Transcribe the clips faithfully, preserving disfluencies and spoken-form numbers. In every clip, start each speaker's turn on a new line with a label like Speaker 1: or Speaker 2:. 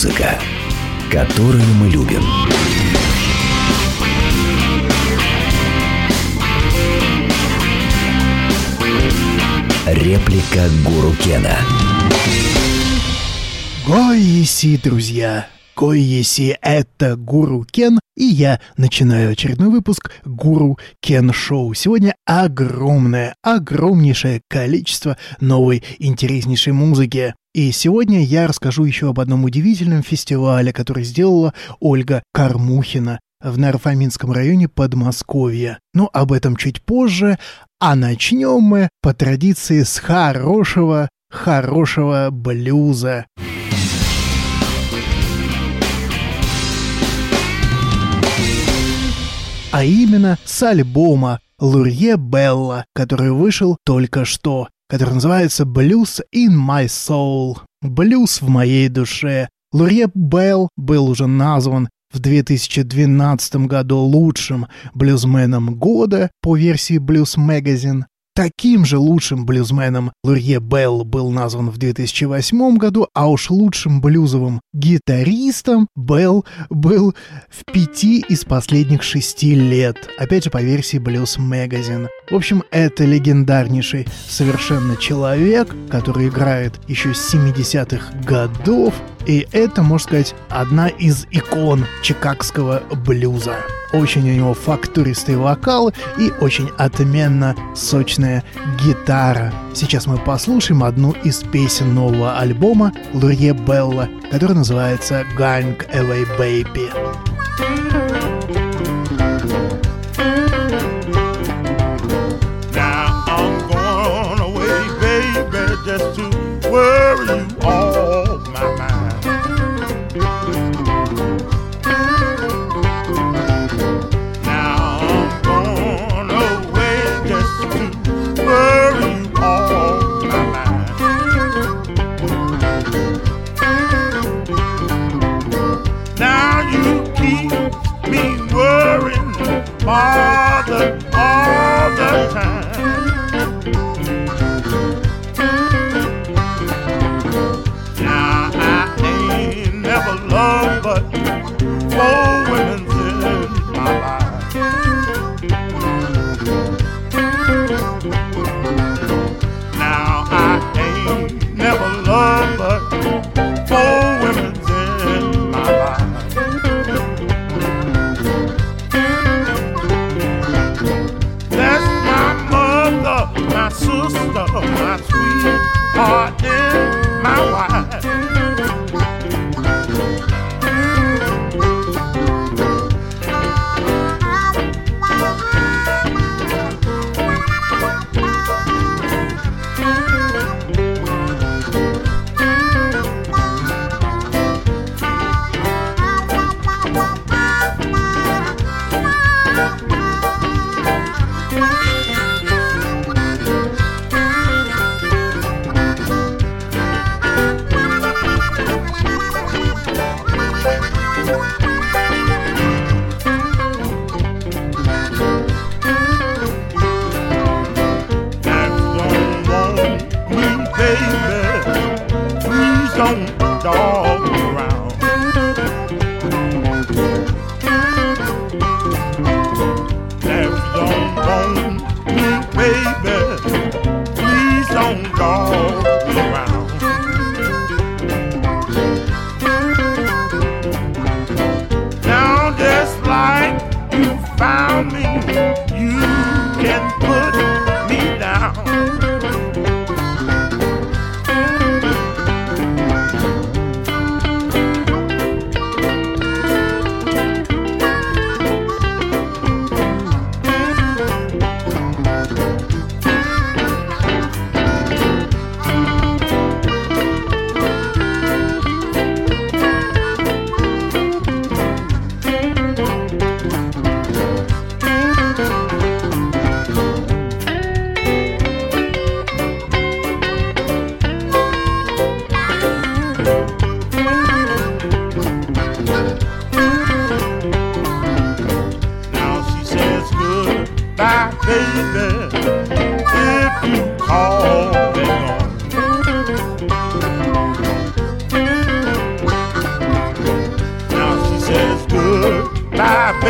Speaker 1: Музыка, которую мы любим. Реплика Гуру Кена.
Speaker 2: Гойеси, друзья! Гойеси, это Гуру Кен, и я начинаю очередной выпуск Гуру Кен Шоу. Сегодня огромное, огромнейшее количество новой, интереснейшей музыки. И сегодня я расскажу еще об одном удивительном фестивале, который сделала Ольга Кормухина в Нарфаминском районе Подмосковья. Но об этом чуть позже, а начнем мы по традиции с хорошего, хорошего блюза. А именно с альбома Лурье Белла, который вышел только что, который называется «Blues in my soul», «Блюз в моей душе». Лурье Белл был уже назван в две тысячи двенадцатом году лучшим блюзменом года по версии Blues Magazine. Таким же лучшим блюзменом Лурье Белл был назван в две тысячи восьмом году, а уж лучшим блюзовым гитаристом Белл был в пяти из последних шести лет, опять же по версии Blues Magazine. В общем, это легендарнейший совершенно человек, который играет еще с семидесятых годов, и это, можно сказать, одна из икон чикагского блюза. Очень у него фактуристый вокал и очень отменно сочная гитара. Сейчас мы послушаем одну из песен нового альбома Лурье Белла, который называется «Going Away Baby».
Speaker 3: Now I'm going away, baby, just to worry you off my mind. Father, all the time. Now I ain't never loved but four women in my life. Now I ain't never loved but four women in my life. My sister, my sweetheart, and my wife.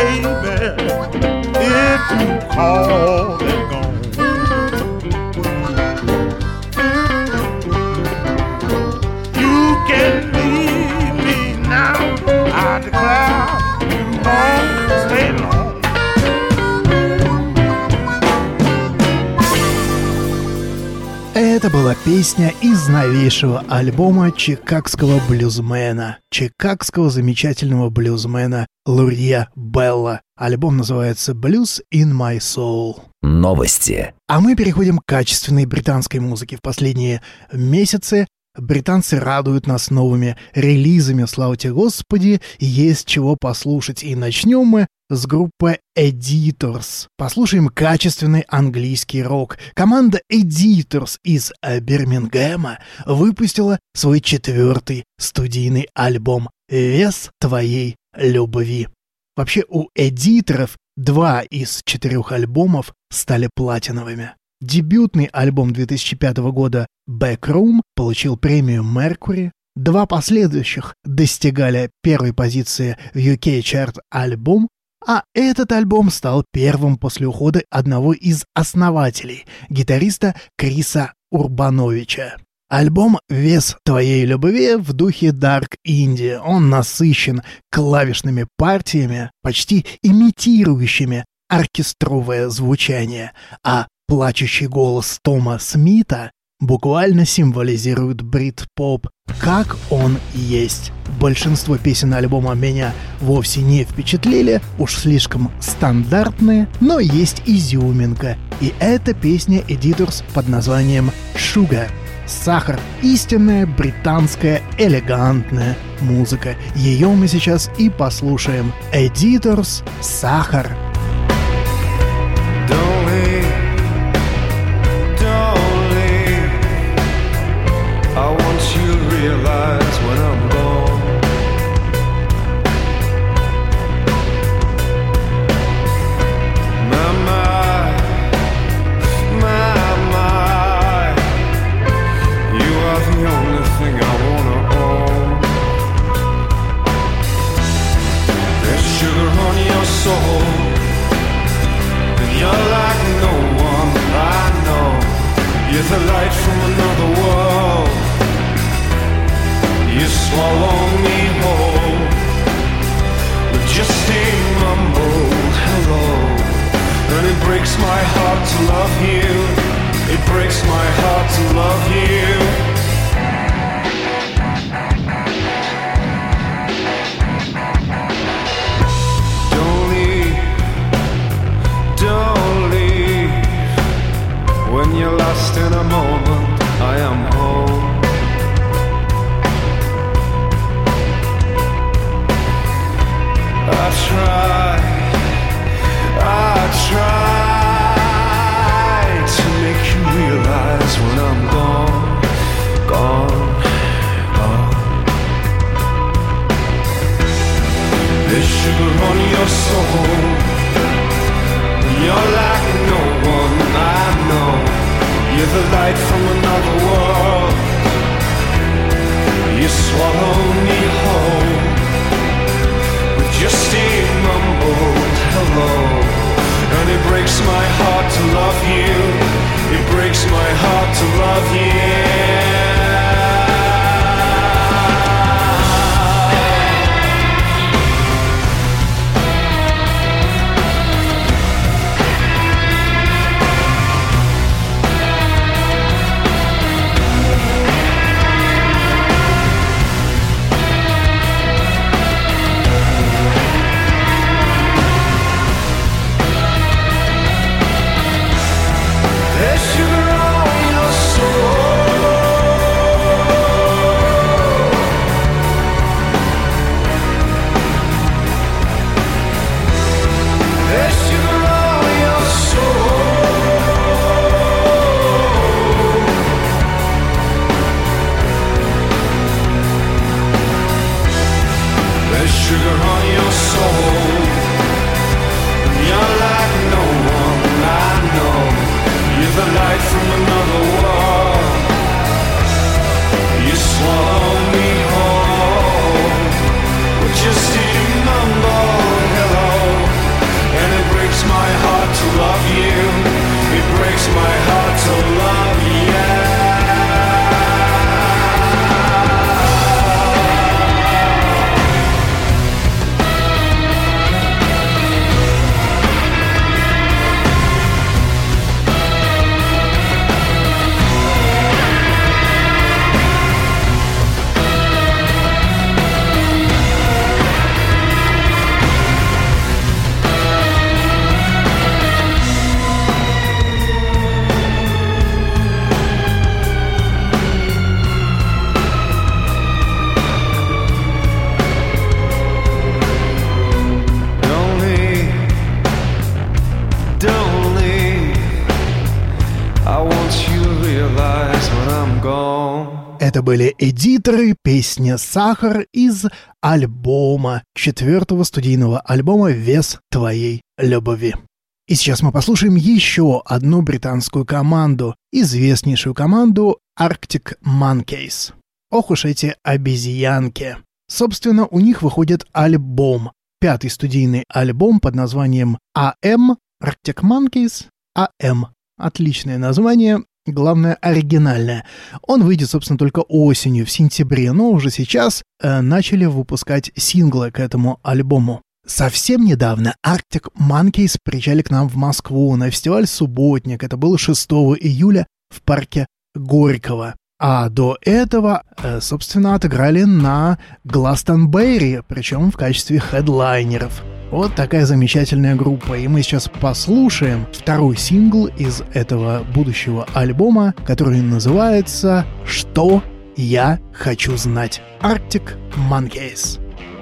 Speaker 3: baby, if you call it gone. You can leave me now, I declare you won't stay long.
Speaker 2: Это была песня из новейшего альбома чикагского блюзмена, чикагского замечательного блюзмена Лурье Белла. Альбом называется «Blues in My Soul».
Speaker 1: Новости.
Speaker 2: А мы переходим к качественной британской музыке. В последние месяцы британцы радуют нас новыми релизами, слава тебе Господи, есть чего послушать. И начнем мы с группы Editors. Послушаем качественный английский рок. Команда Editors из Бирмингема выпустила свой четвертый студийный альбом «Вес твоей любви». Вообще у Эдиторов два из четырех альбомов стали платиновыми. Дебютный альбом две тысячи пятого года «Backroom» получил премию Mercury. Два последующих достигали первой позиции в ю кей-чарт альбом, а этот альбом стал первым после ухода одного из основателей, гитариста Криса Урбановича. Альбом «Вес твоей любви» в духе Dark Indie. Он насыщен клавишными партиями, почти имитирующими оркестровое звучание, а плачущий голос Тома Смита буквально символизирует брит-поп, как он есть. Большинство песен альбома меня вовсе не впечатлили, уж слишком стандартные, но есть изюминка, и это песня Editors под названием «Sugar». Сахар. Истинная британская элегантная музыка. Ее мы сейчас и послушаем. Editors «Сахар».
Speaker 4: Realize when I'm gone, my, my, my, my, you are the only thing I wanna own. There's sugar on your soul, and you're like no one I know. You're the light from another world. You swallow me whole with just a mumbled hello. And it breaks my heart to love you. It breaks my heart to love you. Don't leave, don't leave. When you're lost in a moment, I am home. I try, I try to make you realize when I'm gone, gone, gone. There's sugar on your soul, you're like no one I know. You're the light from another world. You swallow me whole. Just a mumbled hello. And it breaks my heart to love you. It breaks my heart to love you. There's sugar on your soul. I'm gone.
Speaker 2: Это были Эдиторы, песня «Сахар» из альбома, четвертого студийного альбома «Вес твоей любви». И сейчас мы послушаем еще одну британскую команду, известнейшую команду Arctic Monkeys. Ох уж эти обезьянки. Собственно, у них выходит альбом, пятый студийный альбом под названием эй эм, Arctic Monkeys, эй эм. Отличное название. Главное, оригинальное. Он выйдет, собственно, только осенью, в сентябре, но уже сейчас э, начали выпускать синглы к этому альбому. Совсем недавно Arctic Monkeys приезжали к нам в Москву на фестиваль «Субботник». Это было шестого июля в парке Горького. А до этого, э, собственно, отыграли на Гластонберри, причем в качестве хедлайнеров. Вот такая замечательная группа. И мы сейчас послушаем второй сингл из этого будущего альбома, который называется «Что я хочу знать». Arctic Monkeys.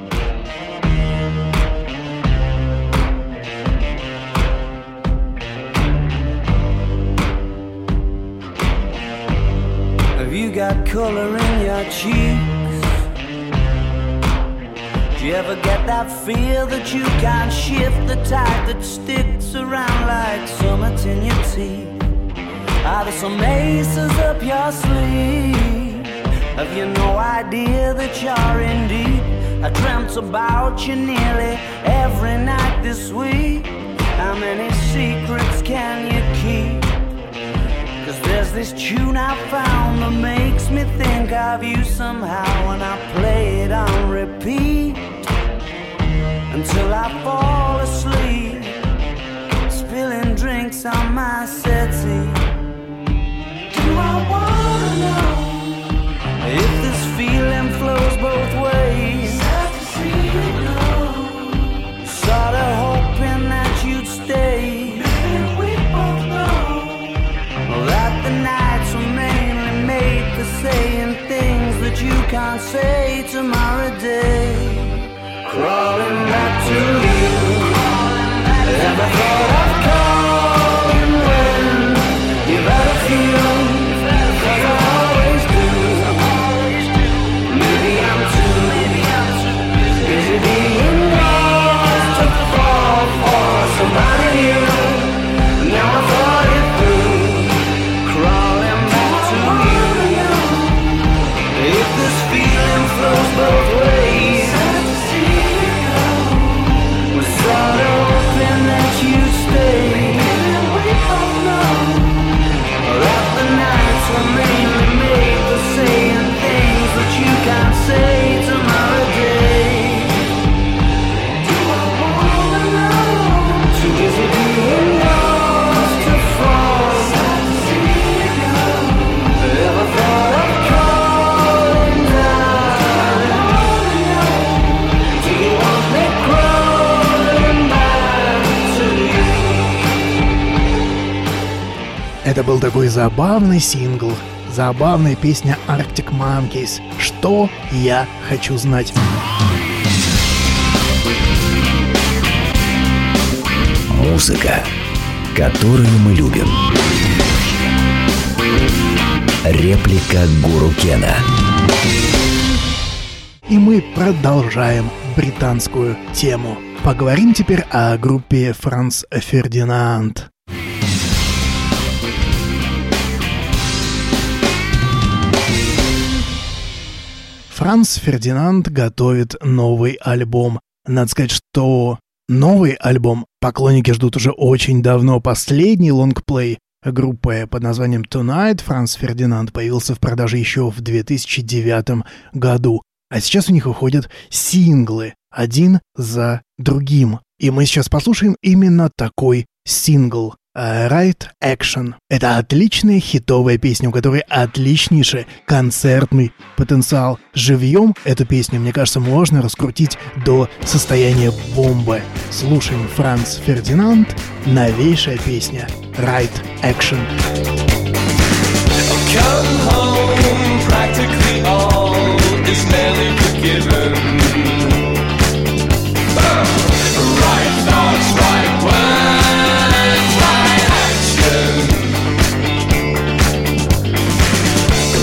Speaker 5: Have you got color in your cheeks? Do you ever get that feel that you can't shift, the tide that sticks around like summits in your teeth? Are there some aces up your sleeve? Have you no idea that you're in deep? I dreamt about you nearly every night this week. How many secrets can you keep? Cause there's this tune I found that makes me think of you somehow, and I play it on repeat until I fall asleep, spilling drinks on my settee. Do I wanna know if this feeling flows both ways? Sad to see you go. Sorta hoping that you'd stay. Maybe we both know that the nights were mainly made for saying things that you can't say tomorrow day. Crawling back to you. Ever thought of calling when you've had a few? Cause I always do. Maybe I'm too, maybe I'm too busy being lost to fall for somebody new. Now I thought it through. Crawling back to you. If this feeling flows both ways, sort of hoping that you'd stay. And we both know that the nights were mainly made for saying things that you can't say tomorrow day. Do I wanna know? Too busy being lost to fall. Sad to see you go. Ever thought of calling down? I wanna know. Do you want me cry?
Speaker 2: Это был такой забавный сингл, забавная песня Arctic Monkeys «Что я хочу знать».
Speaker 1: Музыка, которую мы любим. Реплика Гуру Кена.
Speaker 2: И мы продолжаем британскую тему. Поговорим теперь о группе Франц Фердинанд. Франц Фердинанд готовит новый альбом. Надо сказать, что новый альбом поклонники ждут уже очень давно. Последний лонгплей группы под названием Tonight Франц Фердинанд появился в продаже еще в две тысячи девятом году. А сейчас у них выходят синглы, один за другим. И мы сейчас послушаем именно такой сингл. Right Action. Это отличная хитовая песня, у которой отличнейший концертный потенциал. Живьем эту песню, мне кажется, можно раскрутить до состояния бомбы. Слушаем Франц Фердинанд, новейшая песня Right Action.
Speaker 4: Come home, practically all is nearly forgiven. Right thoughts, right words, right action.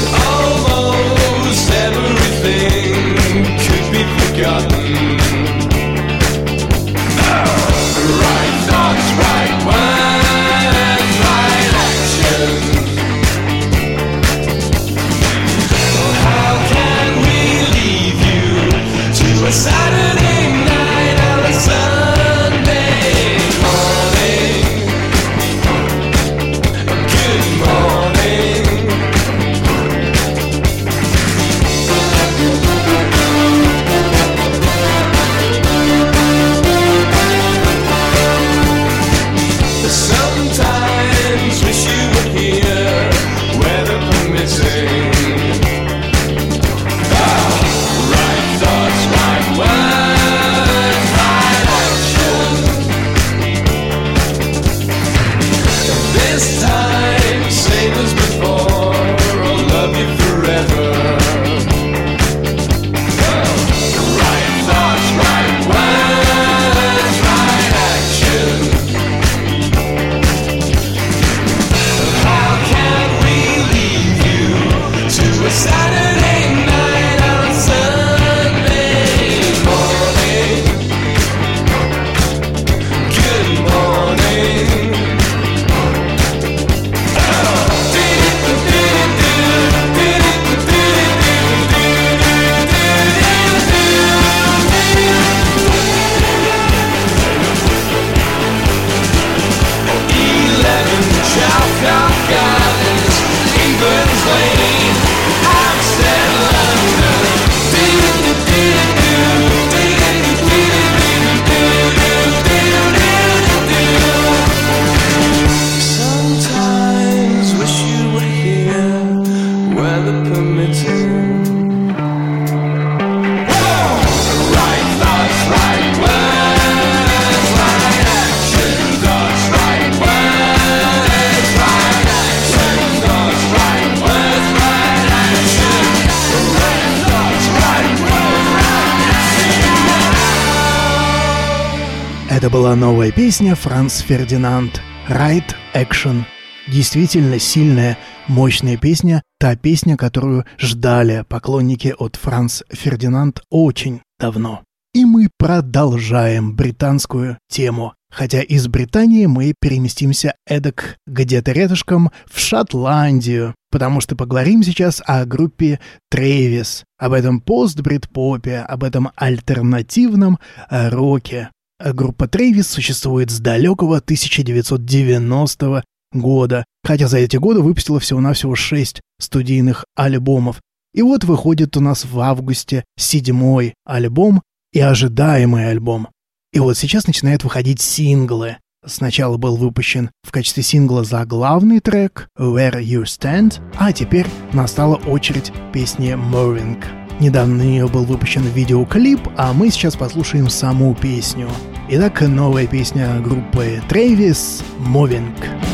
Speaker 2: Это была новая песня Франц Фердинанд «Right Action». Действительно сильная, мощная песня, та песня, которую ждали поклонники от Франц Фердинанд очень давно. И мы продолжаем британскую тему. Хотя из Британии мы переместимся эдак где-то рядышком в Шотландию, потому что поговорим сейчас о группе Трэвис, об этом пост-брит-попе, об этом альтернативном роке. Группа Трэвис существует с далекого тысяча девятьсот девяностого года, хотя за эти годы выпустила всего-навсего шесть студийных альбомов. И вот выходит у нас в августе седьмой альбом и ожидаемый альбом. И вот сейчас начинают выходить синглы. Сначала был выпущен в качестве сингла заглавный трек «Where You Stand», а теперь настала очередь песни «Moving». Недавно на нее был выпущен видеоклип, а мы сейчас послушаем саму песню. Итак, новая песня группы Трэвис «Moving».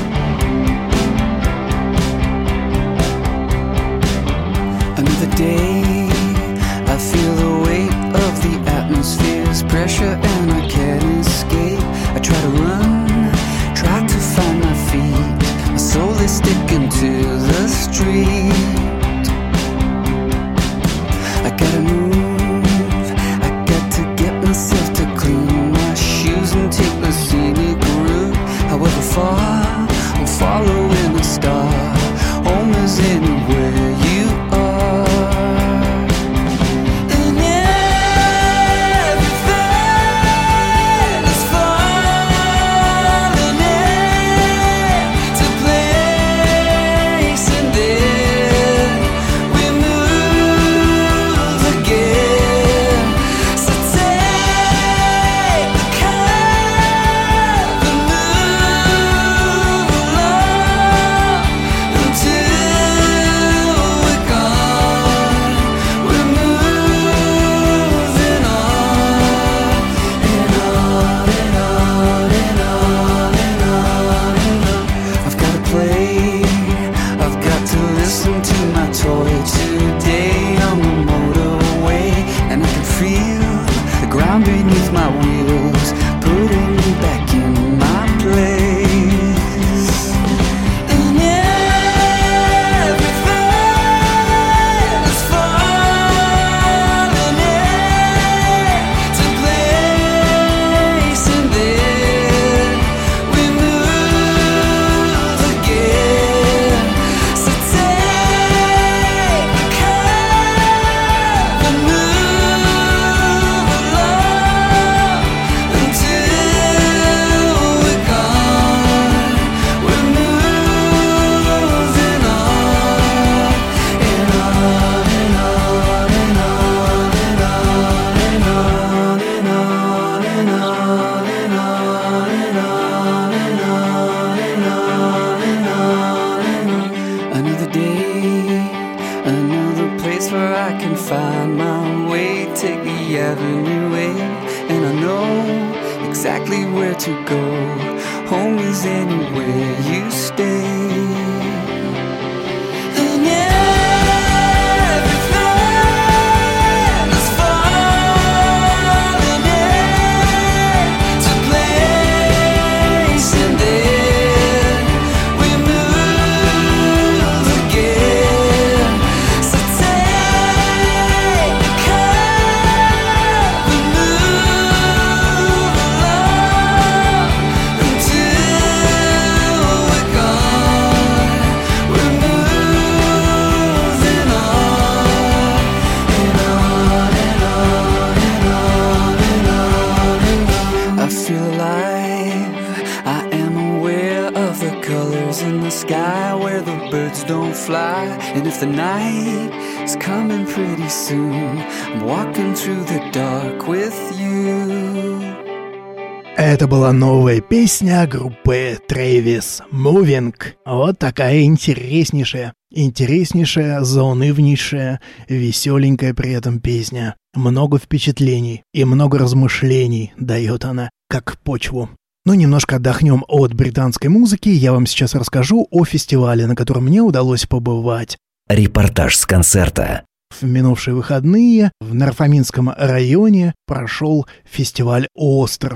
Speaker 6: Another day, I feel the weight of the atmosphere's pressure and I can't escape. I try to run, try to find my feet. My soul is sticking to the street. I gotta move, I got to get myself to clean my shoes and take the scenic route. However far, I'm following a star. Home is anywhere you are. And everything is falling into place, and then we move again. So take the curve and move along until we're gone. We're moving on and on and on and on and on and on. I've got to play, I've got to listen to my toy today on the motorway, and I can feel the ground beneath my wheels, putting me back in my place. And everything is falling into place, and then we move again. So take the curve and move along until we're gone. We're moving on and on and on and on and on and on and on and on and on and on and on and on and on and on. Another day, another place where I can find my way. Take the avenue A, and I know exactly where to go. Home is anywhere you stay. And everything is falling into place, and then we move again. So take the curve and move along until we're gone. We're moving on and on and on and on and on and on. I feel alive, I am aware of the colors in the sky where the birds don't fly. And if the night is coming pretty soon, I'm walking through the dark with you.
Speaker 2: Это была новая песня группы Трэвис «Moving». Вот такая интереснейшая, интереснейшая, заунывнейшая, веселенькая при этом песня. Много впечатлений и много размышлений дает она, как почву. Ну, немножко отдохнем от британской музыки. Я вам сейчас расскажу о фестивале, на котором мне удалось побывать.
Speaker 1: Репортаж с концерта.
Speaker 2: В минувшие выходные в Нарфаминском районе прошел фестиваль «Остров».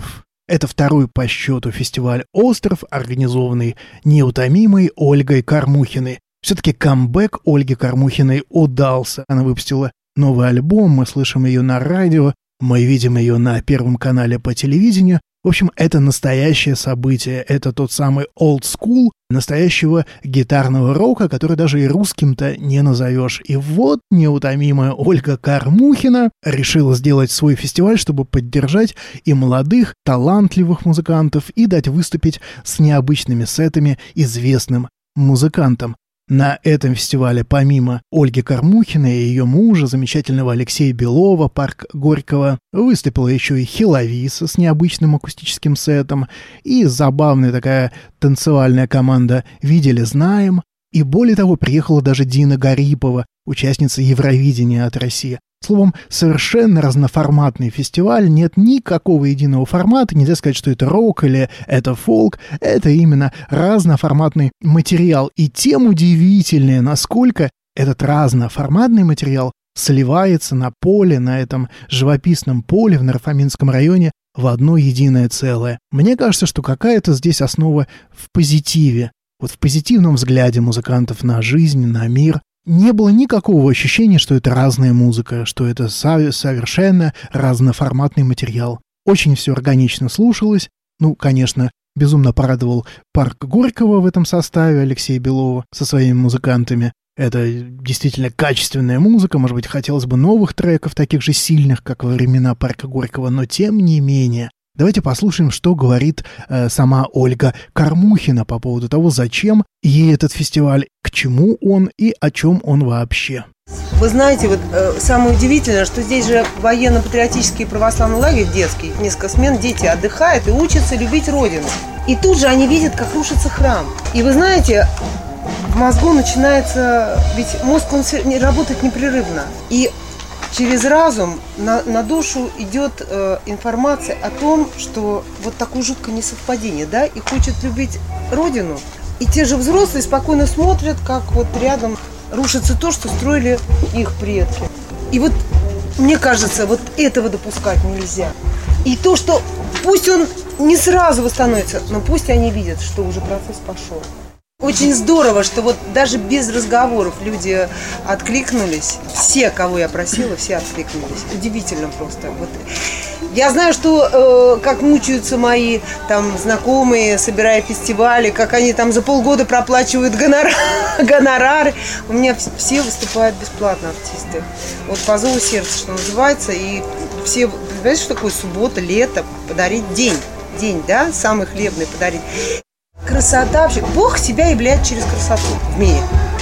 Speaker 2: Это второй по счету фестиваль «Остров», организованный неутомимой Ольгой Кормухиной. Все-таки камбэк Ольги Кормухиной удался. Она выпустила новый альбом, мы слышим ее на радио, мы видим ее на Первом канале по телевидению. В общем, это настоящее событие. Это тот самый old school настоящего гитарного рока, который даже и русским-то не назовешь. И вот неутомимая Ольга Кормухина решила сделать свой фестиваль, чтобы поддержать и молодых, талантливых музыкантов, и дать выступить с необычными сетами известным музыкантам. На этом фестивале помимо Ольги Кормухиной и ее мужа, замечательного Алексея Белова, парк Горького, выступила еще и Хеловиса с необычным акустическим сетом, и забавная такая танцевальная команда «Видели, знаем». И более того, приехала даже Дина Гарипова, участница Евровидения от России. Словом, совершенно разноформатный фестиваль, нет никакого единого формата, нельзя сказать, что это рок или это фолк, это именно разноформатный материал. И тем удивительнее, насколько этот разноформатный материал сливается на поле, на этом живописном поле в Нарфаминском районе в одно единое целое. Мне кажется, что какая-то здесь основа в позитиве, вот в позитивном взгляде музыкантов на жизнь, на мир. Не было никакого ощущения, что это разная музыка, что это совершенно разноформатный материал. Очень все органично слушалось. Ну, конечно, безумно порадовал парк Горького в этом составе, Алексея Белова со своими музыкантами. Это действительно качественная музыка, может быть, хотелось бы новых треков, таких же сильных, как во времена парка Горького, но тем не менее. Давайте послушаем, что говорит э, сама Ольга Кормухина по поводу того, зачем ей этот фестиваль, к чему он и о чем он вообще.
Speaker 7: Вы знаете, вот э, самое удивительное, что здесь же военно-патриотический православный лагерь детский, несколько смен, дети отдыхают и учатся любить Родину. И тут же они видят, как рушится храм. И вы знаете, в мозгу начинается, ведь мозг, он не работает непрерывно. И через разум на, на душу идет э, информация о том, что вот такое жуткое несовпадение, да, и хочет любить Родину. И те же взрослые спокойно смотрят, как вот рядом рушится то, что строили их предки. И вот, мне кажется, вот этого допускать нельзя. И то, что пусть он не сразу восстановится, но пусть они видят, что уже процесс пошел. Очень здорово, что вот даже без разговоров люди откликнулись. Все, кого я просила, все откликнулись. Удивительно просто. Вот. Я знаю, что э, как мучаются мои там знакомые, собирая фестивали, как они там за полгода проплачивают гонорар, гонорары. У меня все выступают бесплатно, артисты. Вот по зову сердца, что называется. И все, знаете, что такое суббота, лето, подарить день. День, да, самый хлебный подарить. Красота вообще, Бог себя являет через красоту в мире.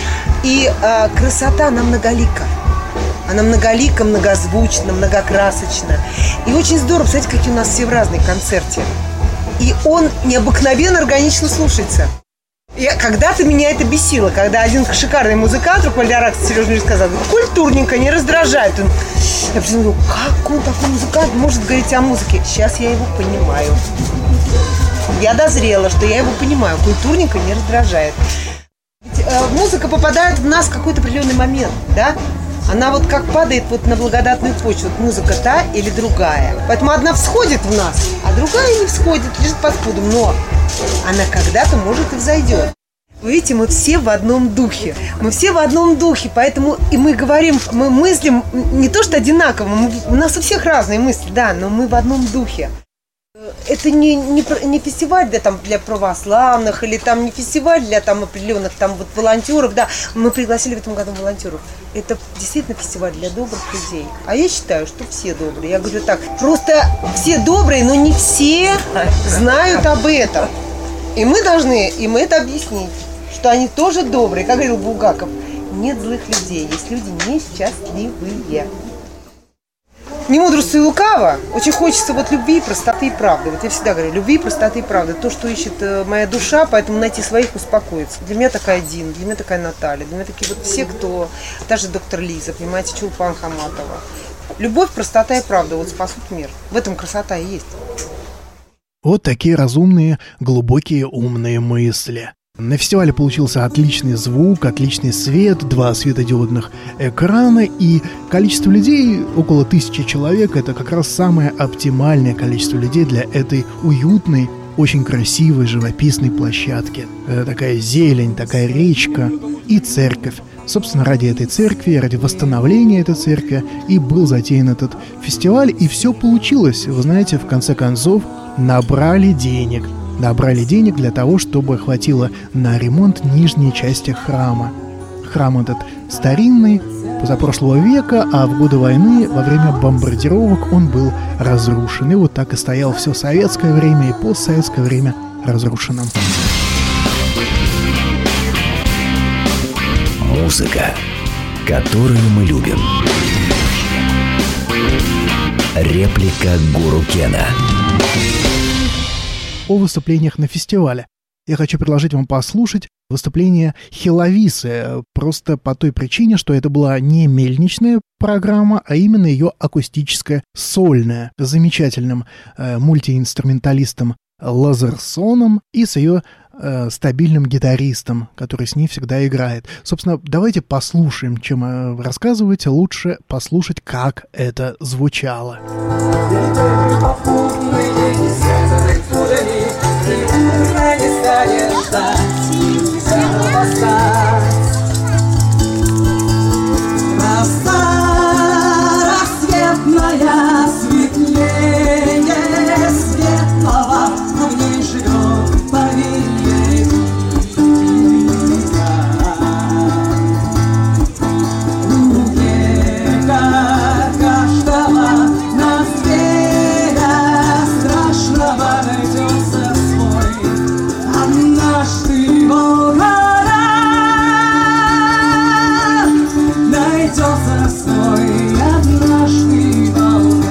Speaker 7: И э, красота, она многолика. Она многолика, многозвучна, многокрасочна. И очень здорово, представляете, какие у нас все в разные концерте. И он необыкновенно органично слушается. Я, когда-то меня это бесило, когда один шикарный музыкант, руководитель Сережа мне сказал, культурненько, не раздражает. Он, я подумала, как он такой музыкант может говорить о музыке? Сейчас я его понимаю. Я дозрела, что я его понимаю. Культурненько не раздражает. Ведь, э, музыка попадает в нас в какой-то определенный момент, да? Она вот как падает вот на благодатную почву. Вот музыка та или другая. Поэтому одна всходит в нас, а другая не всходит, лежит под спудом. Но она когда-то, может, и взойдет. Вы видите, мы все в одном духе. Мы все в одном духе, поэтому и мы говорим, мы мыслим не то что одинаково, мы, у нас у всех разные мысли, да, но мы в одном духе. Это не, не, не фестиваль для, там, для православных, или там не фестиваль для там, определенных там, вот, волонтеров. Да. Мы пригласили в этом году волонтеров. Это действительно фестиваль для добрых людей. А я считаю, что все добрые. Я говорю так, просто все добрые, но не все знают об этом. И мы должны им это объяснить, что они тоже добрые. Как говорил Булгаков, нет злых людей, есть люди несчастливые. Не мудрствуй лукаво, очень хочется вот любви, простоты и правды. Вот я всегда говорю, любви, простоты и правды. То, что ищет моя душа, поэтому найти своих успокоиться. Для меня такая Дина, для меня такая Наталья, для меня такие вот все, кто... Даже доктор Лиза, понимаете, Чулпан Хаматова. Любовь, простота и правда вот спасут мир. В этом красота и есть.
Speaker 2: Вот такие разумные, глубокие, умные мысли. На фестивале получился отличный звук, отличный свет, два светодиодных экрана, и количество людей, около тысячи человек, это как раз самое оптимальное количество людей для этой уютной, очень красивой, живописной площадки. Это такая зелень, такая речка и церковь. Собственно, ради этой церкви, ради восстановления этой церкви и был затеян этот фестиваль, и все получилось. Вы знаете, в конце концов, набрали денег. Набрали денег для того, чтобы хватило на ремонт нижней части храма. Храм этот старинный, позапрошлого века, а в годы войны, во время бомбардировок, он был разрушен. И вот так и стоял все советское время и постсоветское время разрушенным.
Speaker 1: Музыка, которую мы любим. Реплика Гуру Кена.
Speaker 2: О выступлениях на фестивале. Я хочу предложить вам послушать выступление Хелависы, просто по той причине, что это была не мельничная программа, а именно ее акустическая, сольная, с замечательным э, мультиинструменталистом Лазерсоном и с ее э, стабильным гитаристом, который с ней всегда играет. Собственно, давайте послушаем, чем э, рассказывать, лучше послушать, как это звучало.
Speaker 6: Рассветная светлее светлого, в ней живет повелитель. Века каждого на зверя страшного найдется свой. Однажды волгород найдется свой. Однажды волгород.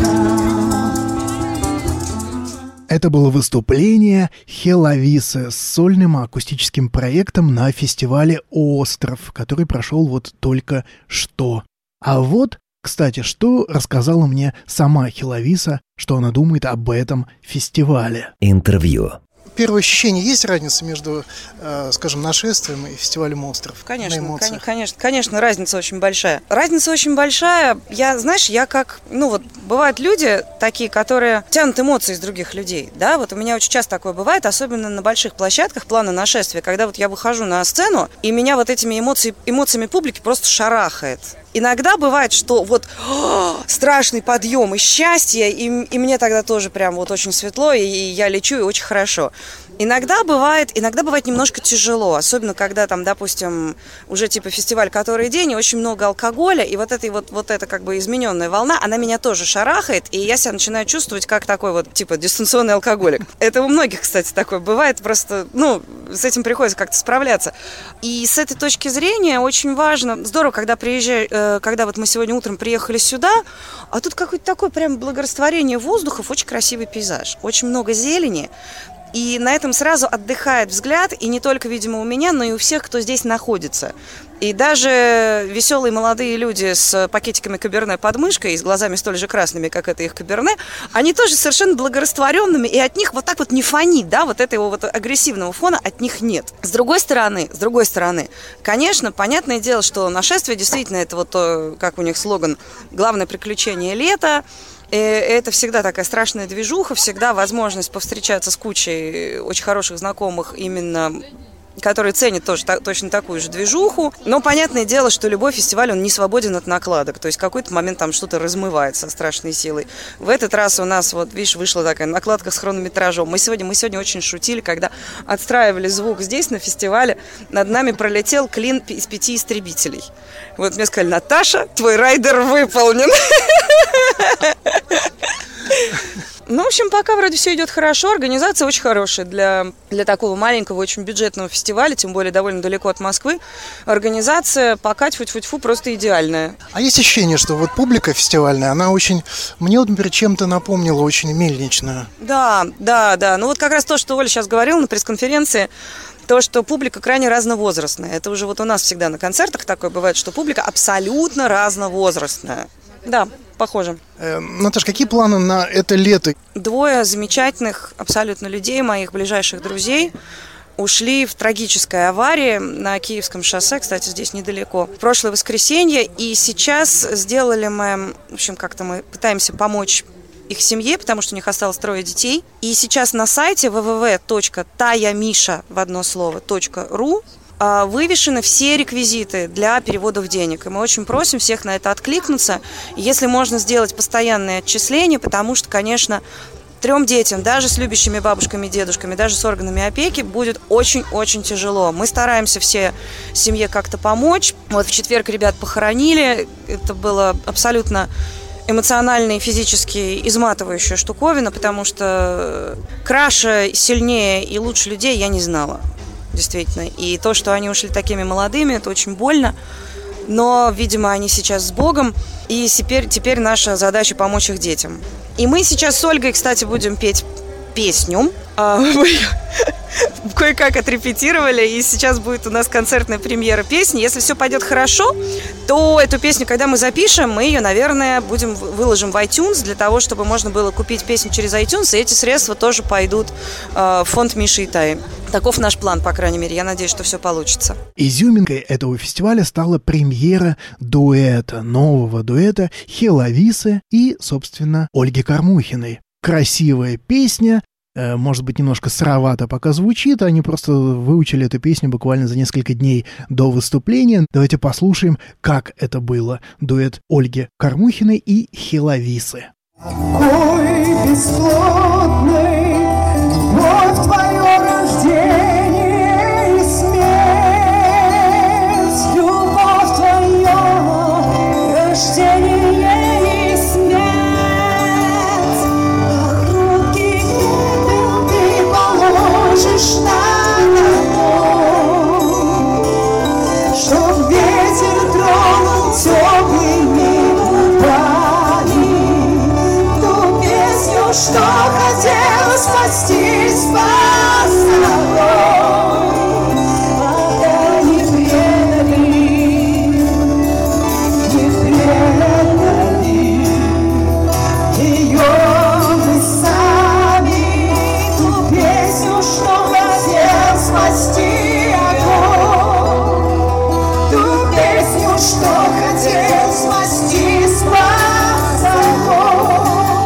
Speaker 2: Это было выступление Хелависы с сольным акустическим проектом на фестивале «Остров», который прошел вот только что. А вот, кстати, что рассказала мне сама Хелависа, что она думает об этом фестивале.
Speaker 1: Интервью.
Speaker 8: Первое ощущение, есть разница между, э, скажем, нашествием и фестивалем «Остров»?
Speaker 9: Конечно, кон- конечно, конечно, разница очень большая. Разница очень большая. Я, знаешь, я как, ну вот, бывают люди такие, которые тянут эмоции из других людей, да, вот у меня очень часто такое бывает, особенно на больших площадках плана нашествия, когда вот я выхожу на сцену, и меня вот этими эмоциями, эмоциями публики просто шарахает. Иногда бывает, что вот о, страшный подъем и счастье, и, и мне тогда тоже прям вот очень светло, и, и я лечу, и очень хорошо. Иногда бывает, иногда бывает немножко тяжело, особенно когда там, допустим, уже типа фестиваль «Который день», и очень много алкоголя, и вот эта вот, вот эта как бы измененная волна, она меня тоже шарахает, и я себя начинаю чувствовать как такой вот типа дистанционный алкоголик. Это у многих, кстати, такое бывает, просто, ну, с этим приходится как-то справляться. И с этой точки зрения очень важно, здорово, когда приезжаю, э, когда вот мы сегодня утром приехали сюда, а тут какое-то такое прям благорастворение воздухов, очень красивый пейзаж, очень много зелени. И на этом сразу отдыхает взгляд, и не только, видимо, у меня, но и у всех, кто здесь находится. И даже веселые молодые люди с пакетиками каберне под мышкой и с глазами столь же красными, как это их каберне, они тоже совершенно благорастворенными, и от них вот так вот не фонит, да, вот этого вот агрессивного фона от них нет. С другой стороны, с другой стороны, конечно, понятное дело, что нашествие действительно это вот то, как у них слоган, главное приключение лета. И это всегда такая страшная движуха, всегда возможность повстречаться с кучей очень хороших знакомых, именно которые ценят тоже та, точно такую же движуху. Но понятное дело, что любой фестиваль, он не свободен от накладок. То есть в какой-то момент там что-то размывается страшной силой. В этот раз у нас, вот видишь, вышла такая накладка с хронометражом. Мы сегодня, мы сегодня очень шутили, когда отстраивали звук здесь, на фестивале. Над нами пролетел клин из пяти истребителей. Вот мне сказали: Наташа, твой райдер выполнен. Ну, в общем, пока вроде все идет хорошо. Организация очень хорошая для, для такого маленького, очень бюджетного фестиваля, тем более довольно далеко от Москвы. Организация пока тьфу-тьфу-тьфу просто идеальная.
Speaker 8: А есть ощущение, что вот публика фестивальная, она очень, мне вот, например, чем-то напомнила очень мельничную.
Speaker 9: Да, да, да. Ну вот как раз то, что Оля сейчас говорила на пресс-конференции, то, что публика крайне разновозрастная. Это уже вот у нас всегда на концертах такое бывает, что публика абсолютно разновозрастная. Да, похоже.
Speaker 8: Э, Наташ, какие планы на это лето?
Speaker 9: Двое замечательных абсолютно людей, моих ближайших друзей, ушли в трагической аварии на Киевском шоссе, кстати, здесь недалеко, в прошлое воскресенье. И сейчас сделали мы, в общем, как-то мы пытаемся помочь их семье, потому что у них осталось трое детей. И сейчас на сайте дабл ю дабл ю дабл ю точка таямиша в одно слово .ру вывешены все реквизиты для переводов денег. И мы очень просим всех на это откликнуться. И если можно сделать постоянные отчисления, потому что, конечно, трем детям, даже с любящими бабушками и дедушками, даже с органами опеки, будет очень-очень тяжело. Мы стараемся все семье как-то помочь. Вот в четверг ребят похоронили. Это было абсолютно эмоционально и физически изматывающая штуковина, потому что краше, сильнее и лучше людей я не знала. Действительно. И то, что они ушли такими молодыми, это очень больно. Но, видимо, они сейчас с Богом. И теперь, теперь наша задача помочь их детям. И мы сейчас с Ольгой, кстати, будем петь песню. Мы кое-как отрепетировали, и сейчас будет у нас концертная премьера песни. Если все пойдет хорошо, то эту песню, когда мы запишем, мы ее, наверное, будем выложим в iTunes, для того, чтобы можно было купить песню через iTunes, и эти средства тоже пойдут в фонд Миши и Таи. Таков наш план, по крайней мере. Я надеюсь, что все получится.
Speaker 2: Изюминкой этого фестиваля стала премьера дуэта, нового дуэта Хелависы и, собственно, Ольги Кормухиной. Красивая песня, э, может быть, немножко сыровато пока звучит, они просто выучили эту песню буквально за несколько дней до выступления. Давайте послушаем, как это было. Дуэт Ольги Кормухиной и Хелависы.
Speaker 6: Ой, бесплотный, любовь твое рождение и смерть, любовь твое рождение и смерть, ах, руки пепел ты положишь на дорогу, чтоб ветер тронул теплыми губами ту песню, что хотела спасти, спас собой, пока не предали, не предали ее мы сами, ту песню, что хотел спасти огонь, ту песню, что хотел спасти, спас огонь.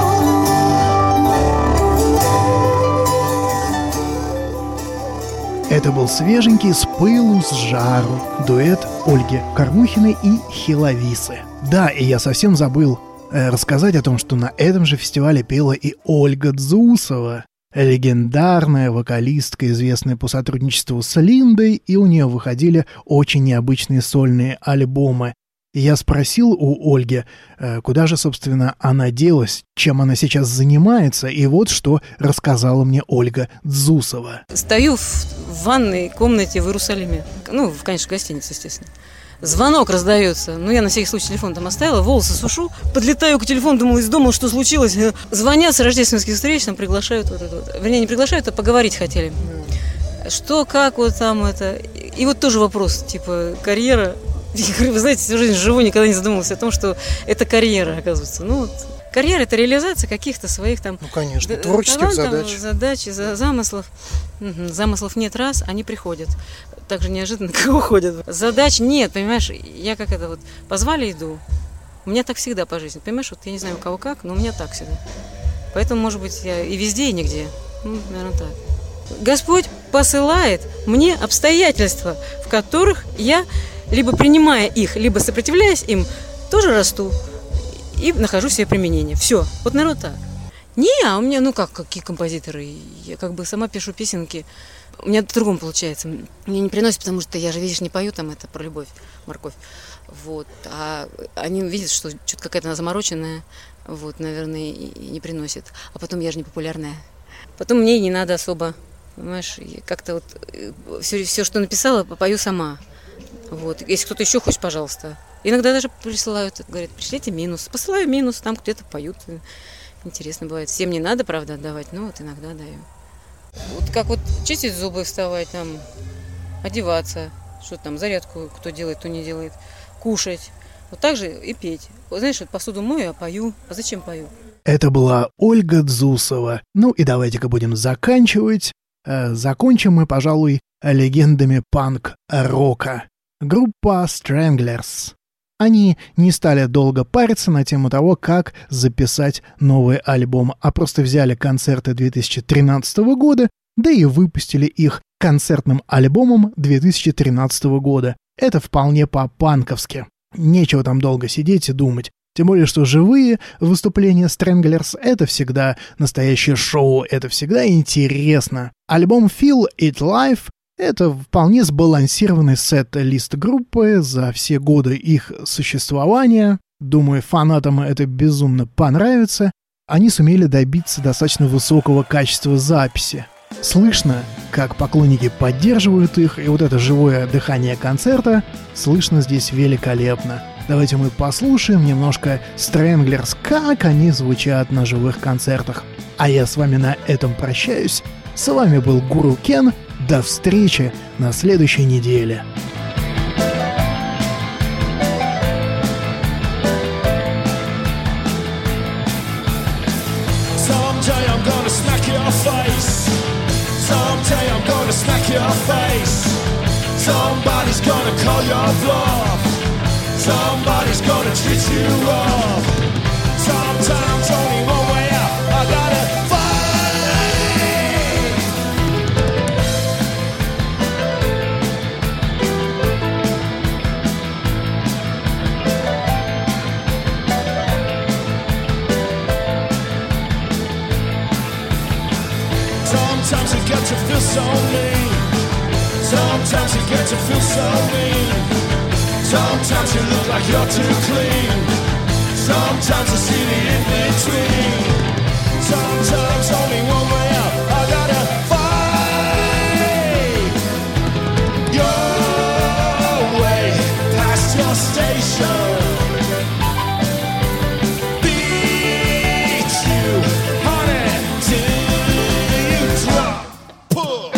Speaker 2: Это был свеженький с пылу с жару дуэт Ольги Кормухиной и Хелависы. Да, и я совсем забыл э, рассказать о том, что на этом же фестивале пела и Ольга Дзусова, легендарная вокалистка, известная по сотрудничеству с Линдой, и у нее выходили очень необычные сольные альбомы. И я спросил у Ольги, э, куда же, собственно, она делась, чем она сейчас занимается, и вот что рассказала мне Ольга Дзусова.
Speaker 10: Стою в ванной комнате в Иерусалиме, ну, в, конечно, гостинице, естественно. Звонок раздается, ну, я на всякий случай телефон там оставила, волосы сушу, подлетаю к телефону, думала, из дома, что случилось. Звонят с рождественских встреч, там приглашают, вот это вот. Вернее, не приглашают, а поговорить хотели. Что, как, вот там это. И вот тоже вопрос, типа, карьера. Я говорю, вы знаете, всю жизнь живу, никогда не задумывался о том, что это карьера, оказывается. Ну, вот, карьера – это реализация каких-то своих там…
Speaker 8: Ну, конечно, творческих
Speaker 10: талантов,
Speaker 8: задач.
Speaker 10: Задач, за, замыслов. Угу. Замыслов нет раз, они приходят. Так же неожиданно, как уходят. Задач нет, понимаешь, я как это вот, позвали, иду. У меня так всегда по жизни, понимаешь, вот я не знаю, у кого как, но у меня так всегда. Поэтому, может быть, я и везде, и нигде. Ну, наверное, так. Господь посылает мне обстоятельства, в которых я… либо принимая их, либо сопротивляясь им, тоже расту и нахожу себе применение. Все. Вот, наверное, так. Не, а у меня, ну как, какие композиторы? Я как бы сама пишу песенки. У меня по-другому получается. Мне не приносят, потому что я же, видишь, не пою там это про любовь, морковь. Вот. А они видят, что что-то какая-то она замороченная, вот, наверное, и не приносит. А потом я же не популярная. Потом мне и не надо особо, понимаешь, как-то вот все, все, что написала, пою сама. Вот. Если кто-то еще хочет, пожалуйста. Иногда даже присылают, говорят, пришлите минус. Посылаю минус, там где-то поют. Интересно бывает. Всем не надо, правда, отдавать, но вот иногда даю. Вот как вот чистить зубы, вставать, там, одеваться, что там, зарядку кто делает, кто не делает, кушать. Вот так же и петь. Вот, знаешь, вот посуду мою, а пою. А зачем пою?
Speaker 2: Это была Ольга Дзусова. Ну и давайте-ка будем заканчивать. Э, закончим мы, пожалуй, легендами панк-рока. Группа Stranglers. Они не стали долго париться на тему того, как записать новый альбом, а просто взяли концерты две тысячи тринадцатого года, да и выпустили их концертным альбомом две тысячи тринадцатого года. Это вполне по-панковски. Нечего там долго сидеть и думать. Тем более, что живые выступления Stranglers — это всегда настоящее шоу, это всегда интересно. Альбом Feel It Live — это вполне сбалансированный сет-лист группы за все годы их существования. Думаю, фанатам это безумно понравится. Они сумели добиться достаточно высокого качества записи. Слышно, как поклонники поддерживают их, и вот это живое дыхание концерта слышно здесь великолепно. Давайте мы послушаем немножко Stranglers, как они звучат на живых концертах. А я с вами на этом прощаюсь. С вами был Гуру Кен. До встречи на следующей неделе.
Speaker 4: Someday I'm gonna smack your face. Someday I'm gonna smack your face. Somebody's gonna call your bluff. Somebody's gonna treat you rough. Sometimes only one way out. I gotta fight. Sometimes you get to feel so mean. Sometimes you get to feel so mean. Sometimes you look like you're too clean. Sometimes I see the in-between. Sometimes only one way out. I gotta fight your way past your station. Beat you, honey, till you drop. Pull.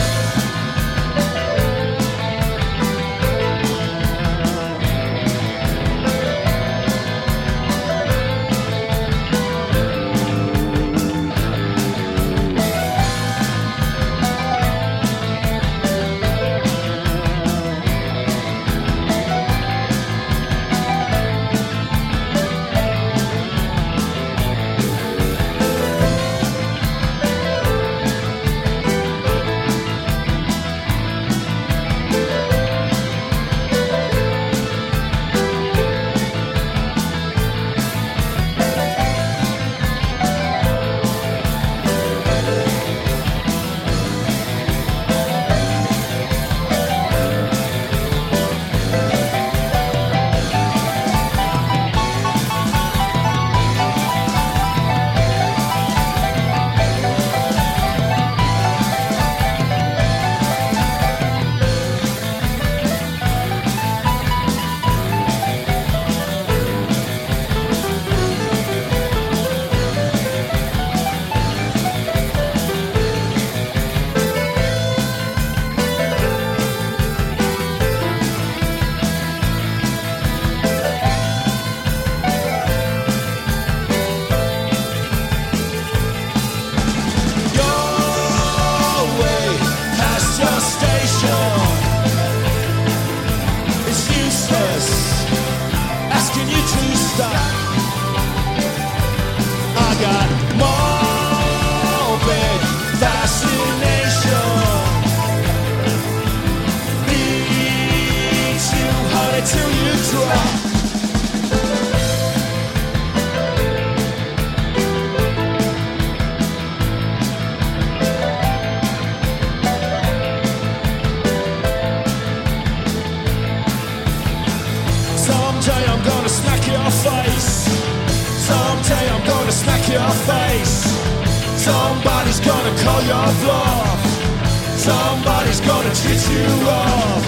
Speaker 4: Your face. Somebody's gonna call your bluff. Somebody's gonna treat you rough.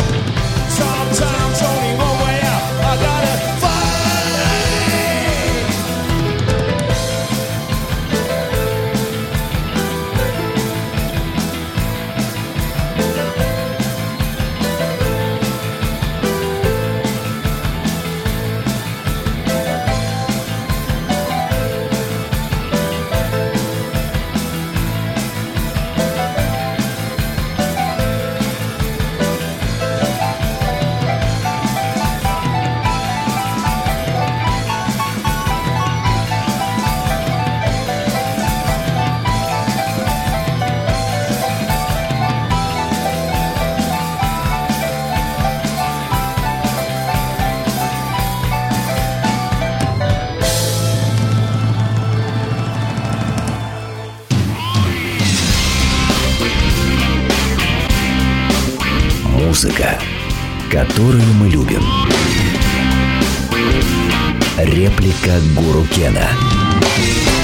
Speaker 4: Sometimes only one way out. I gotta fight.
Speaker 1: Музыка, которую мы любим. Реплика Гуру Кена.